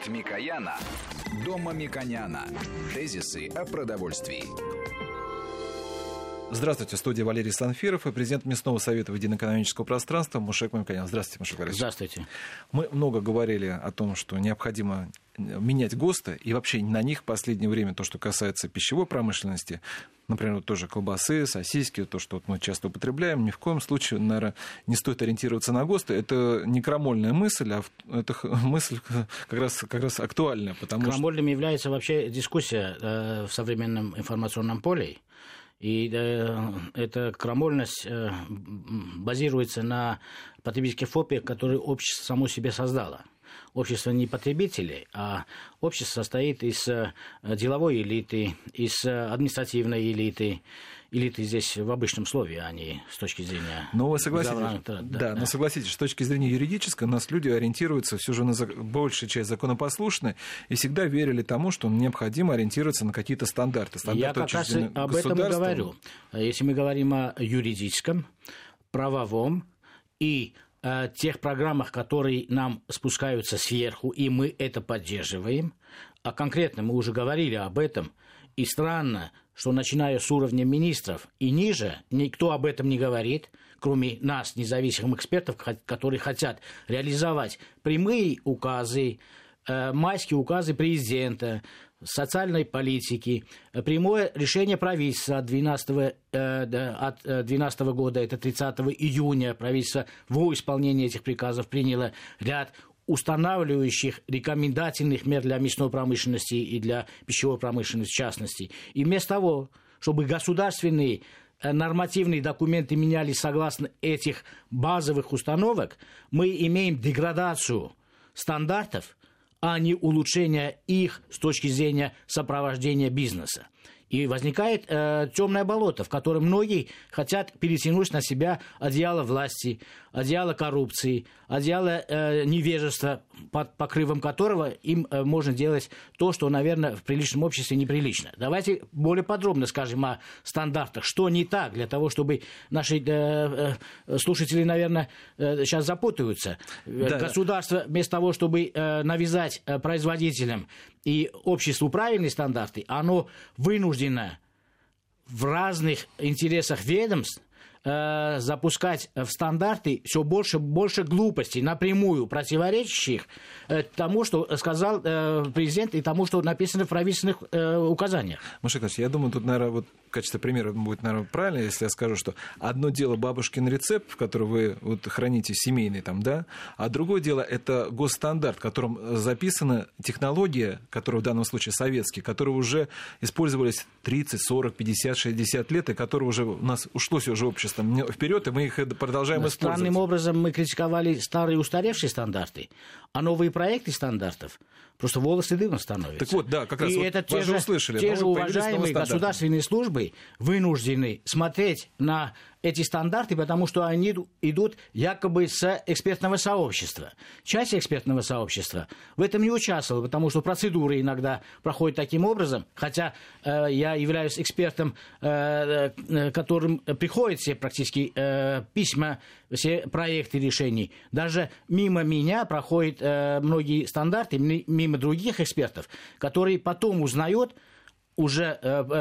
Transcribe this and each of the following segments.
От Микояна до Мамиконяна. Тезисы о продовольствии. Здравствуйте, в студии Валерий Санфиров и президент Местного совета единоэкономического пространства Мушек Мамиконян. Здравствуйте, Мушек Валерьевич. Здравствуйте. Мы много говорили о том, что необходимо менять ГОСТы, и вообще на них в последнее время то, что касается пищевой промышленности, например, вот тоже колбасы, сосиски, то, что вот мы часто употребляем, ни в коем случае, наверное, не стоит ориентироваться на ГОСТы. Это не крамольная мысль, а это мысль как раз актуальная. Крамольным является вообще дискуссия в современном информационном поле. И эта крамольность базируется на потребительских фобиях, которые общество само себе создало. Общество не потребителей, а общество состоит из деловой элиты, из административной элиты. Элиты здесь в обычном слове, а не с точки зрения... Но вы согласитесь, но согласитесь, с точки зрения юридической, у нас люди ориентируются все же на большая часть законопослушной и всегда верили тому, что необходимо ориентироваться на какие-то стандарты. Я как раз об этом и говорю. Если мы говорим о юридическом, правовом и тех программах, которые нам спускаются сверху, и мы это поддерживаем, а конкретно мы уже говорили об этом, и странно, что начиная с уровня министров и ниже, никто об этом не говорит, кроме нас, независимых экспертов, которые хотят реализовать прямые указы, майские указы президента, социальной политики, прямое решение правительства от 2012 года, это 30 июня, правительство в исполнении этих приказов приняло ряд устанавливающих рекомендательных мер для мясной промышленности и для пищевой промышленности в частности. И вместо того, чтобы государственные нормативные документы менялись согласно этих базовых установок, мы имеем деградацию стандартов, а не улучшение их с точки зрения сопровождения бизнеса. И возникает темное болото, в котором многие хотят перетянуть на себя одеяло власти, одеяло коррупции, одеяло невежества, под покрывом которого им можно делать то, что, наверное, в приличном обществе неприлично. Давайте более подробно скажем о стандартах, что не так, для того, чтобы наши слушатели, наверное, сейчас запутаются. Да. Государство вместо того, чтобы навязать производителям и обществу правильные стандарты, оно вынуждено в разных интересах ведомств запускать в стандарты все больше и больше глупостей, напрямую противоречащих тому, что сказал президент, и тому, что написано в правительственных указаниях. Мушек Ильич, я думаю, тут, наверное, вот в качестве примера будет, наверное, правильно, если я скажу, что одно дело бабушкин рецепт, который вы вот храните семейный там, да, а другое дело это госстандарт, в котором записана технология, которая в данном случае советские, которые уже использовались 30, 40, 50, 60 лет, и которые уже у нас ушло все уже общество вперед, и мы их продолжаем использовать. Странным образом мы критиковали старые устаревшие стандарты, а новые проекты стандартов просто волосы дымом становятся. Так вот, да, как раз и вот это вас же услышали. Те же уважаемые государственные службы вынуждены смотреть на эти стандарты, потому что они идут якобы с экспертного сообщества. Часть экспертного сообщества в этом не участвовала, потому что процедуры иногда проходят таким образом, хотя я являюсь экспертом, которым приходят все практически письма, все проекты решений. Даже мимо меня проходят многие стандарты, мимо других экспертов, которые потом узнают, уже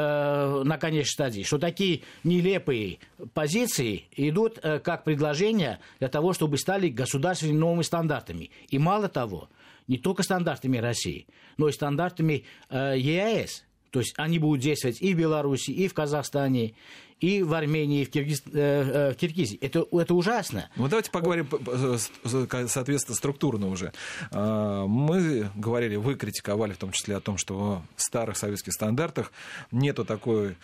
на конечной стадии, что такие нелепые позиции идут как предложения для того, чтобы стали государственными новыми стандартами. И мало того, не только стандартами России, но и стандартами ЕАЭС. То есть они будут действовать и в Беларуси, и в Казахстане, и в Армении, и в Киргизии. Это ужасно. Ну, давайте поговорим, соответственно, структурно уже. Мы говорили, вы критиковали в том числе о том, что в старых советских стандартах нету такой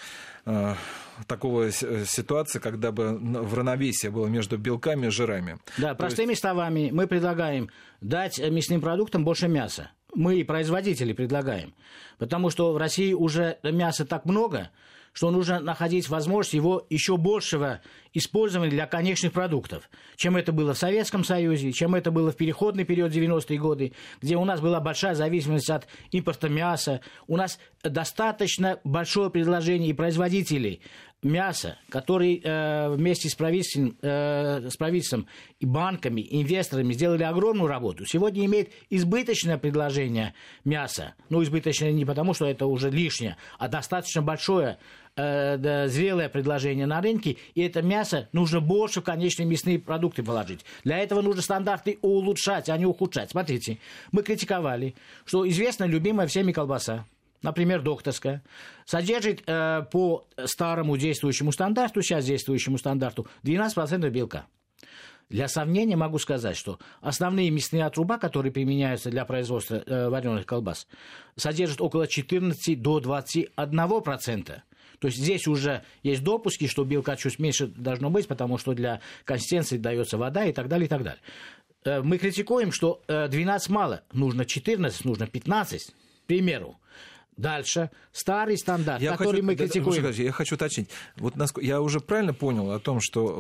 ситуации, когда бы в равновесии было между белками и жирами. Да, простыми словами, мы предлагаем дать мясным продуктам больше мяса. Мы, производители, предлагаем. Потому что в России уже мяса так много, что нужно находить возможность его еще большего использования для конечных продуктов, чем это было в Советском Союзе, чем это было в переходный период 90-е годы, где у нас была большая зависимость от импорта мяса. У нас достаточно большое предложение, и производителей мясо, который вместе с правительством и банками, инвесторами сделали огромную работу, сегодня имеет избыточное предложение мяса. Ну, избыточное не потому, что это уже лишнее, а достаточно большое, зрелое предложение на рынке, и это мясо нужно больше в конечные мясные продукты положить. Для этого нужно стандарты улучшать, а не ухудшать. Смотрите, мы критиковали, что известна любимая всеми колбаса, например, докторская, содержит по старому действующему стандарту, сейчас действующему стандарту, 12% белка. Для сравнения могу сказать, что основные мясные отруба, которые применяются для производства вареных колбас, содержат около 14 до 21%. То есть здесь уже есть допуски, что белка чуть меньше должно быть, потому что для консистенции дается вода и так далее, и так далее. Мы критикуем, что 12 мало, нужно 14, нужно 15, к примеру. Дальше старый стандарт, который мы критикуем. Я хочу уточнить. Вот я уже правильно понял о том, что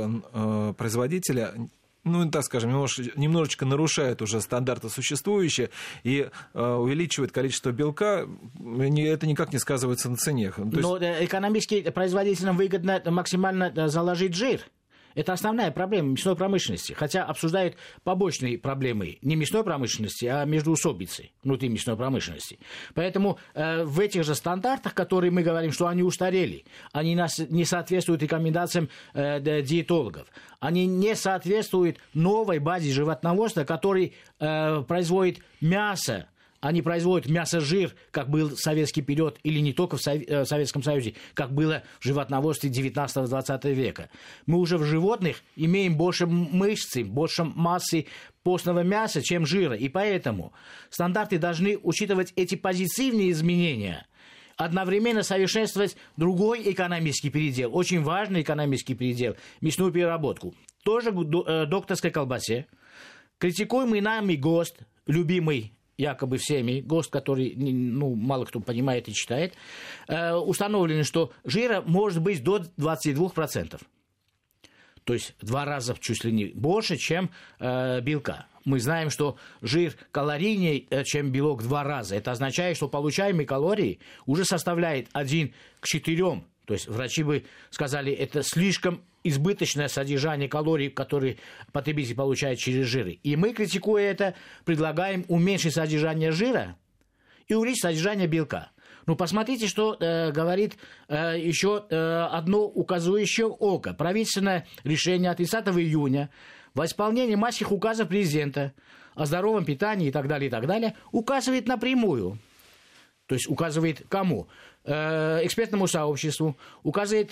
в производителя, ну, так скажем, немножечко нарушает уже стандарты существующие и увеличивает количество белка, это никак не сказывается на цене. Но экономически производителям выгодно максимально заложить жир. Это основная проблема мясной промышленности. Хотя обсуждают побочные проблемы не мясной промышленности, а междоусобицы внутри мясной промышленности. Поэтому в этих же стандартах, которые мы говорим, что они устарели, они не соответствуют рекомендациям диетологов, они не соответствуют новой базе животноводства, который производит мясо, они производят мясо-жир, как был в советский период, или не только в Советском Союзе, как было в животноводстве 19-20 века. Мы уже в животных имеем больше мышцы, больше массы постного мяса, чем жира. И поэтому стандарты должны учитывать эти позитивные изменения, одновременно совершенствовать другой экономический передел, очень важный экономический передел, мясную переработку. Тоже к докторской колбасе. Критикуемый нами ГОСТ, любимый якобы всеми, ГОСТ, который мало кто понимает и читает, установлено, что жира может быть до 22%. То есть в 2 раза чуть ли не больше, чем белка. Мы знаем, что жир калорийнее, чем белок в 2 раза. Это означает, что получаемые калории уже составляет 1 к 4. То есть врачи бы сказали, это слишком избыточное содержание калорий, которые потребитель получает через жиры. И мы, критикуя это, предлагаем уменьшить содержание жира и увеличить содержание белка. Ну, посмотрите, что говорит еще одно указывающее око. Правительственное решение от 30 июня во исполнении майских указов президента о здоровом питании и так далее, указывает напрямую. То есть указывает кому? Экспертному сообществу, указывает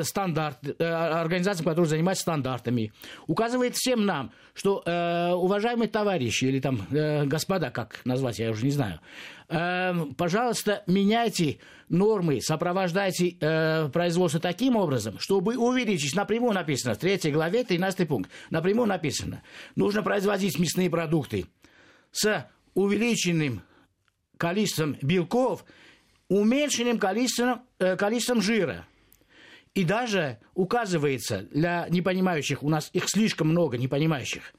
организациям, которые занимаются стандартами, указывает всем нам, что, уважаемые товарищи, или там господа, как назвать, я уже не знаю, пожалуйста, меняйте нормы, сопровождайте производство таким образом, чтобы увеличить, напрямую написано, в 3 главе, 13 пункт, напрямую написано, нужно производить мясные продукты с увеличенным количеством белков, уменьшенным количеством жира. И даже указывается для непонимающих, у нас их слишком много непонимающих,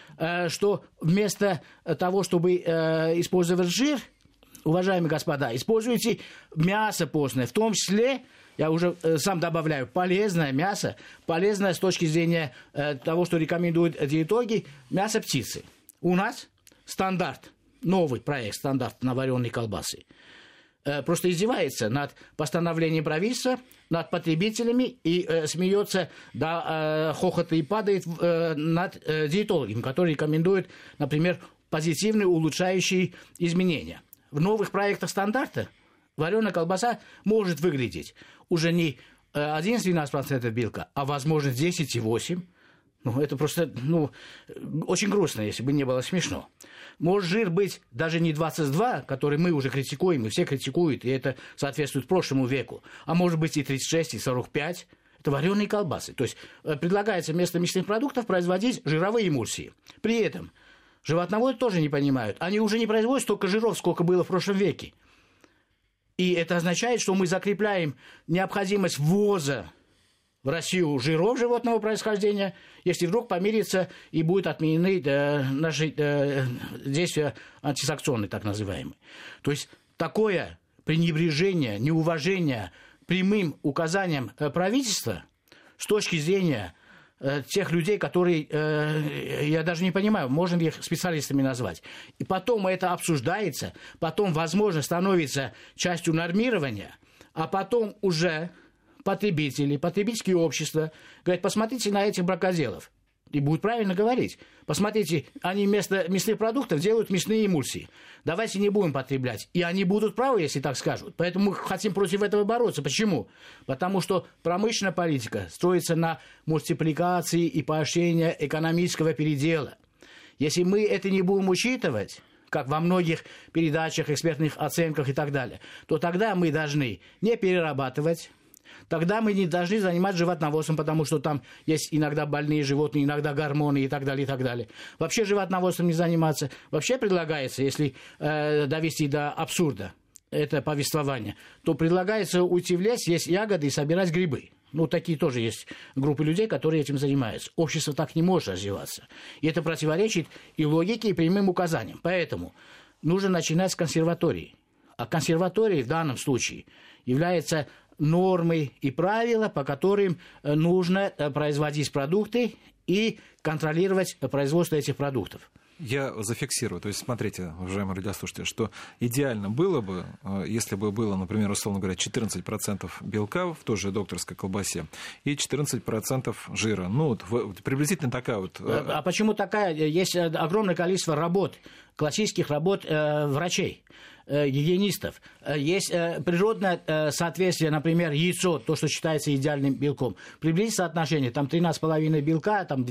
что вместо того, чтобы использовать жир, уважаемые господа, используйте мясо постное, в том числе, я уже сам добавляю, полезное мясо, полезное с точки зрения того, что рекомендуют диетологи, мясо птицы. У нас стандарт, новый проект стандарт на вареные колбасы, просто издевается над постановлением правительства, над потребителями и смеется до хохота и падает над диетологами, которые рекомендуют, например, позитивные улучшающие изменения. В новых проектах стандарта вареная колбаса может выглядеть уже не 11-12% белка, а, возможно, 10,8%. Это просто, очень грустно, если бы не было смешно. Может жир быть даже не 22, который мы уже критикуем, и все критикуют, и это соответствует прошлому веку, а может быть и 36, и 45. Это вареные колбасы. То есть предлагается вместо мясных продуктов производить жировые эмульсии. При этом животноводы тоже не понимают. Они уже не производят столько жиров, сколько было в прошлом веке. И это означает, что мы закрепляем необходимость ввоза в Россию жиров животного происхождения, если вдруг помирится и будут отменены наши действия антисанкционные, так называемые. То есть такое пренебрежение, неуважение прямым указанием правительства с точки зрения тех людей, которые, я даже не понимаю, можно ли их специалистами назвать. И потом это обсуждается, потом, возможно, становится частью нормирования, а потом уже потребители, потребительские общества говорят, посмотрите на этих бракоделов. И будет правильно говорить. Посмотрите, они вместо мясных продуктов делают мясные эмульсии. Давайте не будем потреблять. И они будут правы, если так скажут. Поэтому мы хотим против этого бороться. Почему? Потому что промышленная политика строится на мультипликации и поощрении экономического передела. Если мы это не будем учитывать, как во многих передачах, экспертных оценках и так далее, то тогда мы должны не перерабатывать. Тогда мы не должны заниматься животноводством, потому что там есть иногда больные животные, иногда гормоны и так далее, и так далее. Вообще животноводством не заниматься. Вообще предлагается, если довести до абсурда это повествование, то предлагается уйти в лес, есть ягоды и собирать грибы. Ну, такие тоже есть группы людей, которые этим занимаются. Общество так не может развиваться. И это противоречит и логике, и прямым указаниям. Поэтому нужно начинать с консерватории. А консерватория в данном случае является нормы и правила, по которым нужно производить продукты и контролировать производство этих продуктов. Я зафиксирую. То есть, смотрите, уважаемые радиослушатели, что идеально было бы, если бы было, например, условно говоря, 14% белка в той же докторской колбасе и 14% жира. Ну, вот приблизительно такая вот... А почему такая? Есть огромное количество работ, классических работ врачей, гигиенистов. Есть природное соответствие, например, яйцо, то, что считается идеальным белком. Приблизительно соотношение, там 13,5 белка, там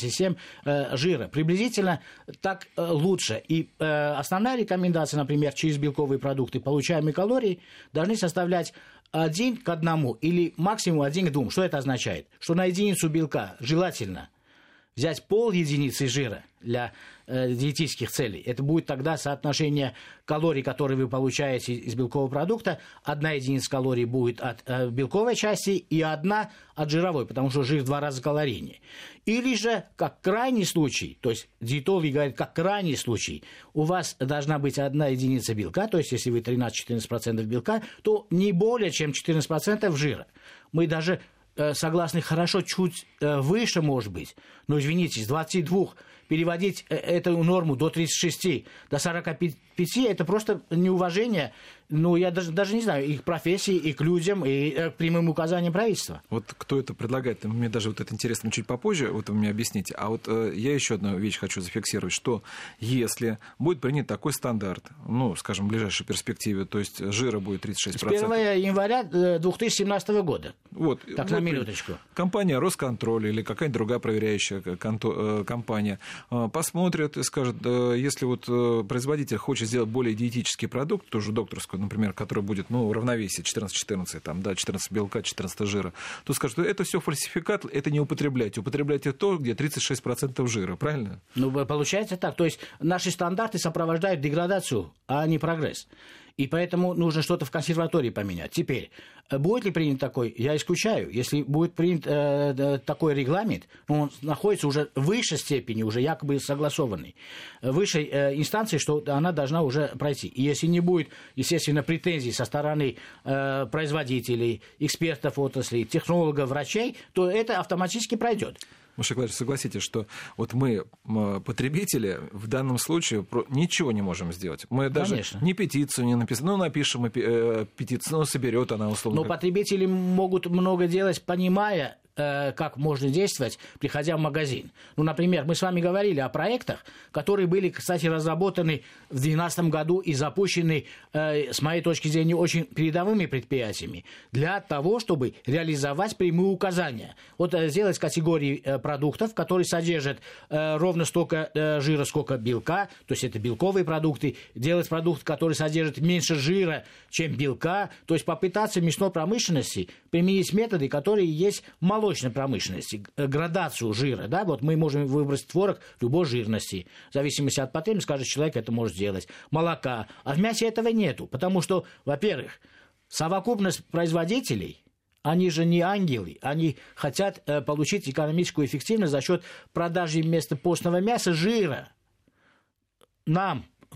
12,7 жира. Приблизительно так лучше. И основная рекомендация, например, через белковые продукты, получаемые калории должны составлять 1 к 1 или максимум 1 к 2. Что это означает? Что на единицу белка желательно взять пол-единицы жира для диетических целей. Это будет тогда соотношение калорий, которые вы получаете из белкового продукта. 1 единица калорий будет от белковой части и 1 от жировой, потому что жир в 2 раза калорийнее. Или же, как крайний случай, то есть диетологи говорят, как крайний случай, у вас должна быть 1 единица белка, то есть если вы 13-14% белка, то не более чем 14% жира. Мы даже согласны, хорошо, чуть выше, может быть, но, извините, с 22 переводить эту норму до 36, до 45, это просто неуважение, ну, я даже не знаю, и к профессии, и к людям, и к прямым указаниям правительства. Вот кто это предлагает, мне даже вот это интересно чуть попозже, вот вы мне объясните. А вот я еще одну вещь хочу зафиксировать, что если будет принят такой стандарт, ну, скажем, в ближайшей перспективе, то есть жира будет 36%. С 1 января 2017 года. Вот, так, вот на минуточку. Компания Росконтроль или какая-нибудь другая проверяющая компания посмотрят и скажут, если вот производитель хочет сделать более диетический продукт, тоже докторскую, например, который будет, ну, в равновесии 14-14, там, да, 14 белка, 14 жира, то скажут, что это все фальсификат, это не употребляйте. Употребляйте то, где 36% жира, правильно? Ну, получается так. То есть наши стандарты сопровождают деградацию, а не прогресс. И поэтому нужно что-то в консерватории поменять. Теперь, будет ли принят такой? Я исключаю. Если будет принят такой регламент, он находится уже в высшей степени, уже якобы согласованный, высшей инстанции, что она должна уже пройти. И если не будет, естественно, претензий со стороны производителей, экспертов отрасли, технологов, врачей, то это автоматически пройдет. Маша Клавдия, согласитесь, что вот мы, потребители, в данном случае ничего не можем сделать. Мы даже ни петицию не написали. Ну, напишем петицию, но соберет она условно. Но потребители могут много делать, понимая, как можно действовать, приходя в магазин. Ну, например, мы с вами говорили о проектах, которые были, кстати, разработаны в 2012 году и запущены, с моей точки зрения, очень передовыми предприятиями для того, чтобы реализовать прямые указания. Вот сделать категории продуктов, которые содержат ровно столько жира, сколько белка, то есть это белковые продукты, делать продукты, которые содержат меньше жира, чем белка, то есть попытаться в мясной промышленности применить методы, которые есть в молочной промышленности, градацию жира, да, вот мы можем выбрать творог любой жирности, в зависимости от потребности, каждый человек это может сделать, молока, а в мясе этого нету, потому что, во-первых, совокупность производителей, они же не ангелы, они хотят получить экономическую эффективность за счет продажи вместо постного мяса жира. Нам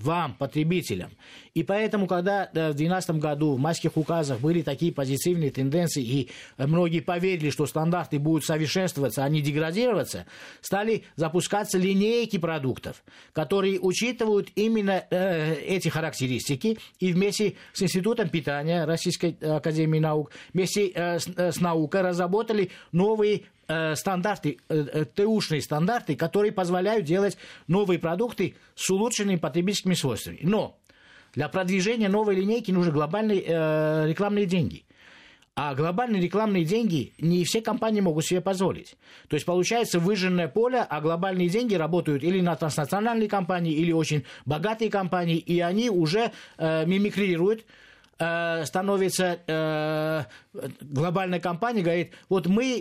вам, потребителям. И поэтому, когда в 2012 году в майских указах были такие позитивные тенденции, и многие поверили, что стандарты будут совершенствоваться, а не деградироваться, стали запускаться линейки продуктов, которые учитывают именно эти характеристики, и вместе с Институтом питания Российской академии наук, вместе с наукой разработали новые стандарты, ТУшные стандарты, которые позволяют делать новые продукты с улучшенными потребительскими свойствами. Но для продвижения новой линейки нужны глобальные рекламные деньги. А глобальные рекламные деньги не все компании могут себе позволить. То есть получается выжженное поле, а глобальные деньги работают или на транснациональные компании, или очень богатые компании, и они уже мимикрируют, становится глобальная компания, говорит, вот мы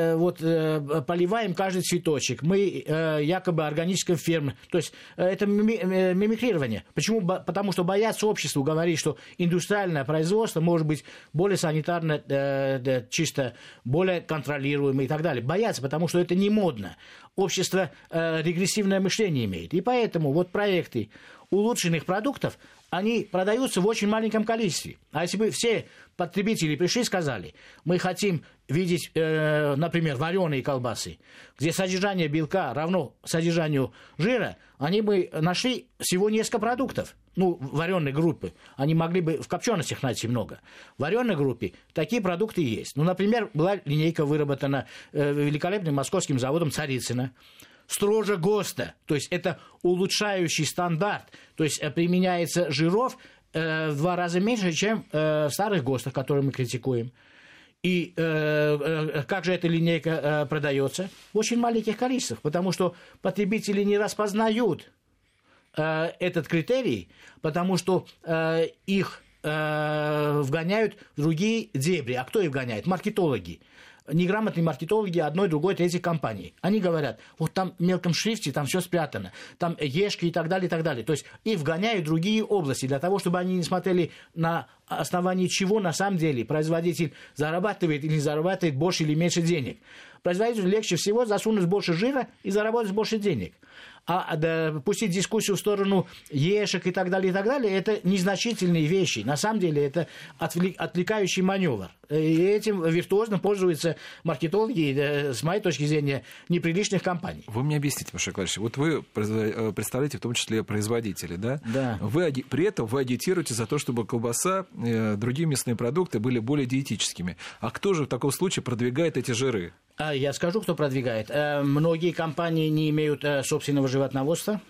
поливаем каждый цветочек, мы якобы органическая ферма. То есть это мимикрирование. Почему? Потому что боятся обществу говорить, что индустриальное производство может быть более санитарно чисто, более контролируемое и так далее. Боятся, потому что это не модно. Общество регрессивное мышление имеет. И поэтому вот проекты улучшенных продуктов, они продаются в очень маленьком количестве. А если бы все потребители пришли и сказали, мы хотим видеть, например, вареные колбасы, где содержание белка равно содержанию жира, они бы нашли всего несколько продуктов. Ну, в вареной группе. Они могли бы в копченостях найти много. В вареной группе такие продукты есть. Ну, например, была линейка выработана великолепным московским заводом «Царицыно». Строже ГОСТа, то есть это улучшающий стандарт, то есть применяется жиров в 2 раза меньше, чем в старых ГОСТах, которые мы критикуем. И как же эта линейка продается? В очень маленьких количествах, потому что потребители не распознают этот критерий, потому что их вгоняют в другие дебри. А кто их вгоняет? Маркетологи. Неграмотные маркетологи одной, другой, третьей компании. Они говорят, вот там в мелком шрифте, там все спрятано, там ешки и так далее, и так далее. То есть их вгоняют в другие области для того, чтобы они не смотрели на основании чего на самом деле производитель зарабатывает или не зарабатывает больше или меньше денег. Производителю легче всего засунуть больше жира и заработать больше денег. А пустить дискуссию в сторону ешек и так далее, это незначительные вещи. На самом деле это отвлекающий маневр. И этим виртуозно пользуются маркетологи, с моей точки зрения, неприличных компаний. Вы мне объясните, Маша Николаевич, вот вы представляете в том числе производителей, да? Да. При этом вы агитируете за то, чтобы колбаса, другие мясные продукты были более диетическими. А кто же в таком случае продвигает эти жиры? Я скажу, кто продвигает. Многие компании не имеют собственного животноводства.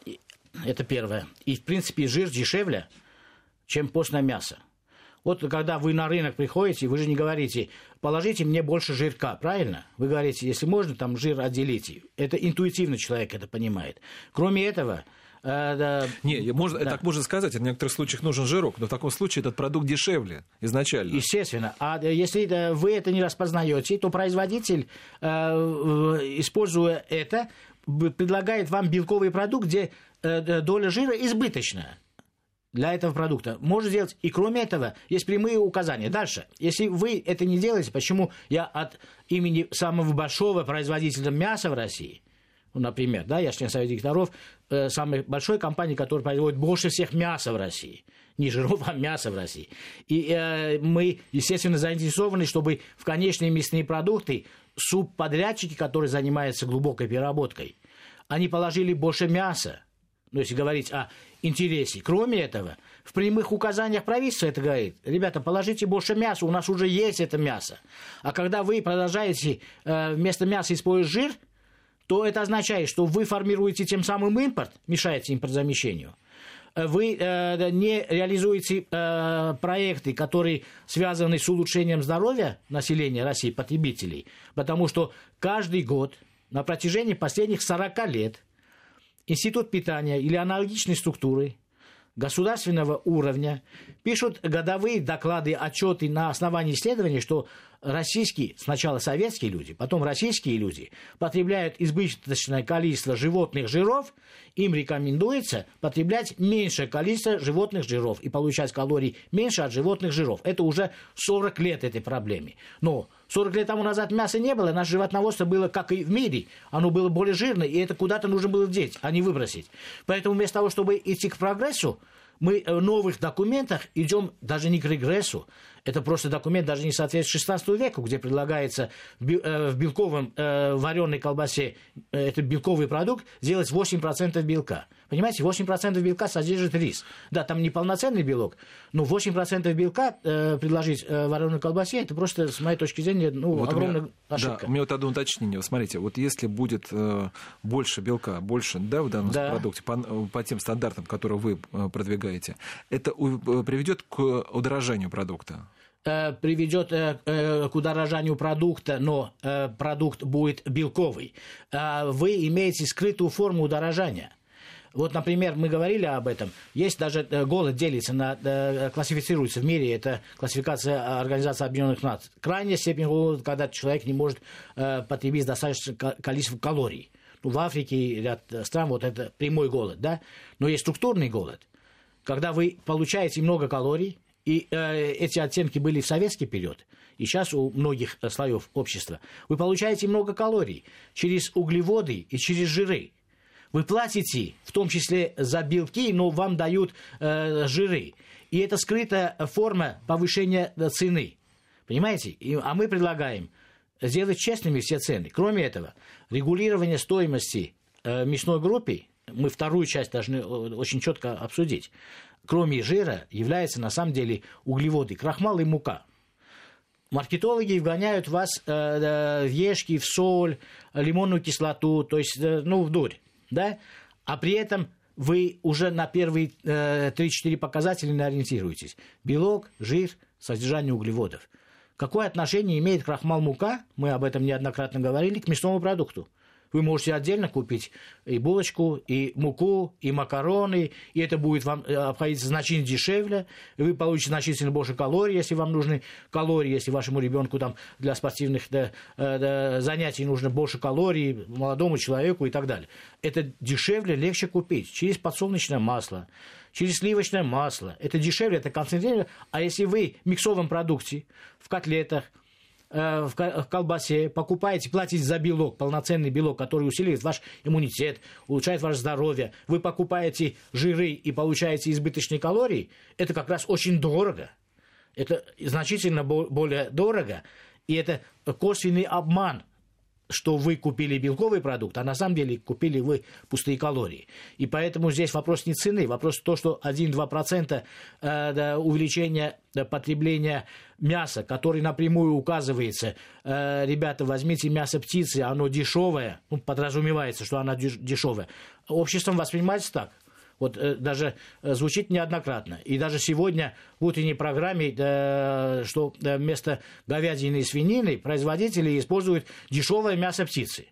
Это первое. И, в принципе, жир дешевле, чем постное мясо. Вот когда вы на рынок приходите, вы же не говорите, положите мне больше жирка, правильно? Вы говорите, если можно, там жир отделите. Это интуитивно человек это понимает. Кроме этого... Так можно сказать, в некоторых случаях нужен жирок, но в таком случае этот продукт дешевле изначально. Естественно. А если вы это не распознаете, то производитель, используя это, предлагает вам белковый продукт, где доля жира избыточная для этого продукта. Можно сделать. И кроме этого, есть прямые указания. Дальше. Если вы это не делаете, почему я от имени самого большого производителя мяса в России, например, да, я член Совета директоров самой большой компании, которая производит больше всех мяса в России. Не жиров, а мяса в России. И мы, естественно, заинтересованы, чтобы в конечные мясные продукты субподрядчики, которые занимаются глубокой переработкой, они положили больше мяса. Ну, если говорить о интересе. Кроме этого, в прямых указаниях правительства это говорит, ребята, положите больше мяса, у нас уже есть это мясо. А когда вы продолжаете вместо мяса использовать жир, то это означает, что вы формируете тем самым импорт, мешаете импортозамещению. Вы не реализуете проекты, которые связаны с улучшением здоровья населения России, потребителей, потому что каждый год на протяжении последних 40 лет Институт питания или аналогичные структуры государственного уровня пишут годовые доклады, отчеты на основании исследований, что российские, сначала советские люди, потом российские люди потребляют избыточное количество животных жиров, им рекомендуется потреблять меньшее количество животных жиров и получать калорий меньше от животных жиров. Это уже 40 лет этой проблеме. Но 40 лет тому назад мяса не было, наше животноводство было, как и в мире, оно было более жирное, и это куда-то нужно было деть, а не выбросить. Поэтому вместо того, чтобы идти к прогрессу, мы в новых документах идем даже не к регрессу. Это просто документ, даже не соответствует 16 веку, где предлагается в белковом вареной колбасе, это белковый продукт, сделать 8% белка. Понимаете, 8% белка содержит рис. Да, там неполноценный белок, но 8% белка предложить в вареной колбасе, это просто, с моей точки зрения, вот огромная ошибка. Да, у меня вот одно уточнение. Смотрите, вот если будет больше белка, больше, да, в данном продукте, по тем стандартам, которые вы продвигаете, это приведет к удорожанию продукта? Приведет к удорожанию продукта, но продукт будет белковый. Вы имеете скрытую форму удорожания. Вот, например, мы говорили об этом. Есть даже голод делится классифицируется в мире. Это классификация Организации Объединенных Наций. Крайняя степень голода, когда человек не может потребить достаточное количество калорий. В Африке ряд стран вот это прямой голод, да. Но есть структурный голод, когда вы получаете много калорий, и эти оттенки были в советский период, и сейчас у многих слоев общества. Вы получаете много калорий через углеводы и через жиры. Вы платите, в том числе за белки, но вам дают жиры. И это скрытая форма повышения цены. Понимаете? А мы предлагаем сделать честными все цены. Кроме этого, регулирование стоимости мясной группы, мы вторую часть должны очень четко обсудить, кроме жира, является на самом деле углеводы, крахмал и мука. Маркетологи вгоняют вас в ешки, в соль, лимонную кислоту, то есть вдурь. Да? А при этом вы уже на первые 3-4 показателя не ориентируетесь. Белок, жир, содержание углеводов. Какое отношение имеет крахмал-мука, мы об этом неоднократно говорили, к мясному продукту? Вы можете отдельно купить и булочку, и муку, и макароны, и это будет вам обходиться значительно дешевле, и вы получите значительно больше калорий, если вам нужны калории, если вашему ребенку там, для спортивных занятий нужно больше калорий, молодому человеку и так далее. Это дешевле, легче купить через подсолнечное масло, через сливочное масло. Это дешевле, это концентрированно. А если вы в миксовом продукте, в котлетах, в колбасе покупаете, платите за белок, полноценный белок, который усиливает ваш иммунитет, улучшает ваше здоровье, вы покупаете жиры и получаете избыточные калории, это как раз очень дорого. Это значительно более дорого, и это косвенный обман, что вы купили белковый продукт, а на самом деле купили вы пустые калории. И поэтому здесь вопрос не цены, вопрос то, что 1-2% увеличения потребления мяса, который напрямую указывается, ребята, возьмите мясо птицы, оно дешевое, подразумевается, что оно дешевое, обществом воспринимается так. Вот даже звучит неоднократно. И даже сегодня в утренней программе, что вместо говядины и свинины производители используют дешевое мясо птицы.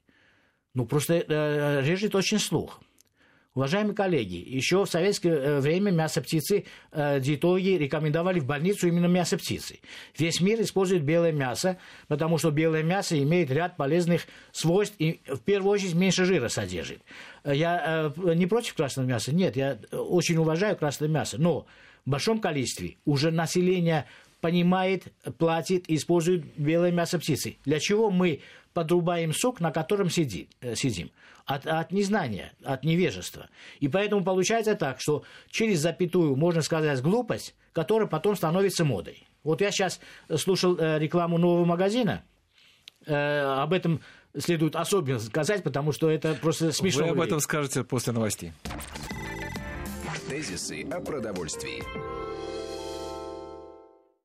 Просто режет очень слух. Уважаемые коллеги, еще в советское время мясо птицы диетологи рекомендовали в больницу именно мясо птицы. Весь мир использует белое мясо, потому что белое мясо имеет ряд полезных свойств и в первую очередь меньше жира содержит. Я не против красного мяса, нет, я очень уважаю красное мясо, но в большом количестве уже население понимает, платит и использует белое мясо птицы. Для чего мы подрубаем сок, на котором сидим? От незнания, от невежества. И поэтому получается так, что через запятую можно сказать глупость, которая потом становится модой. Вот я сейчас слушал рекламу нового магазина, об этом следует особенно сказать, потому что это просто смешно. Вы об этом скажете после новостей. Тезисы о продовольствии.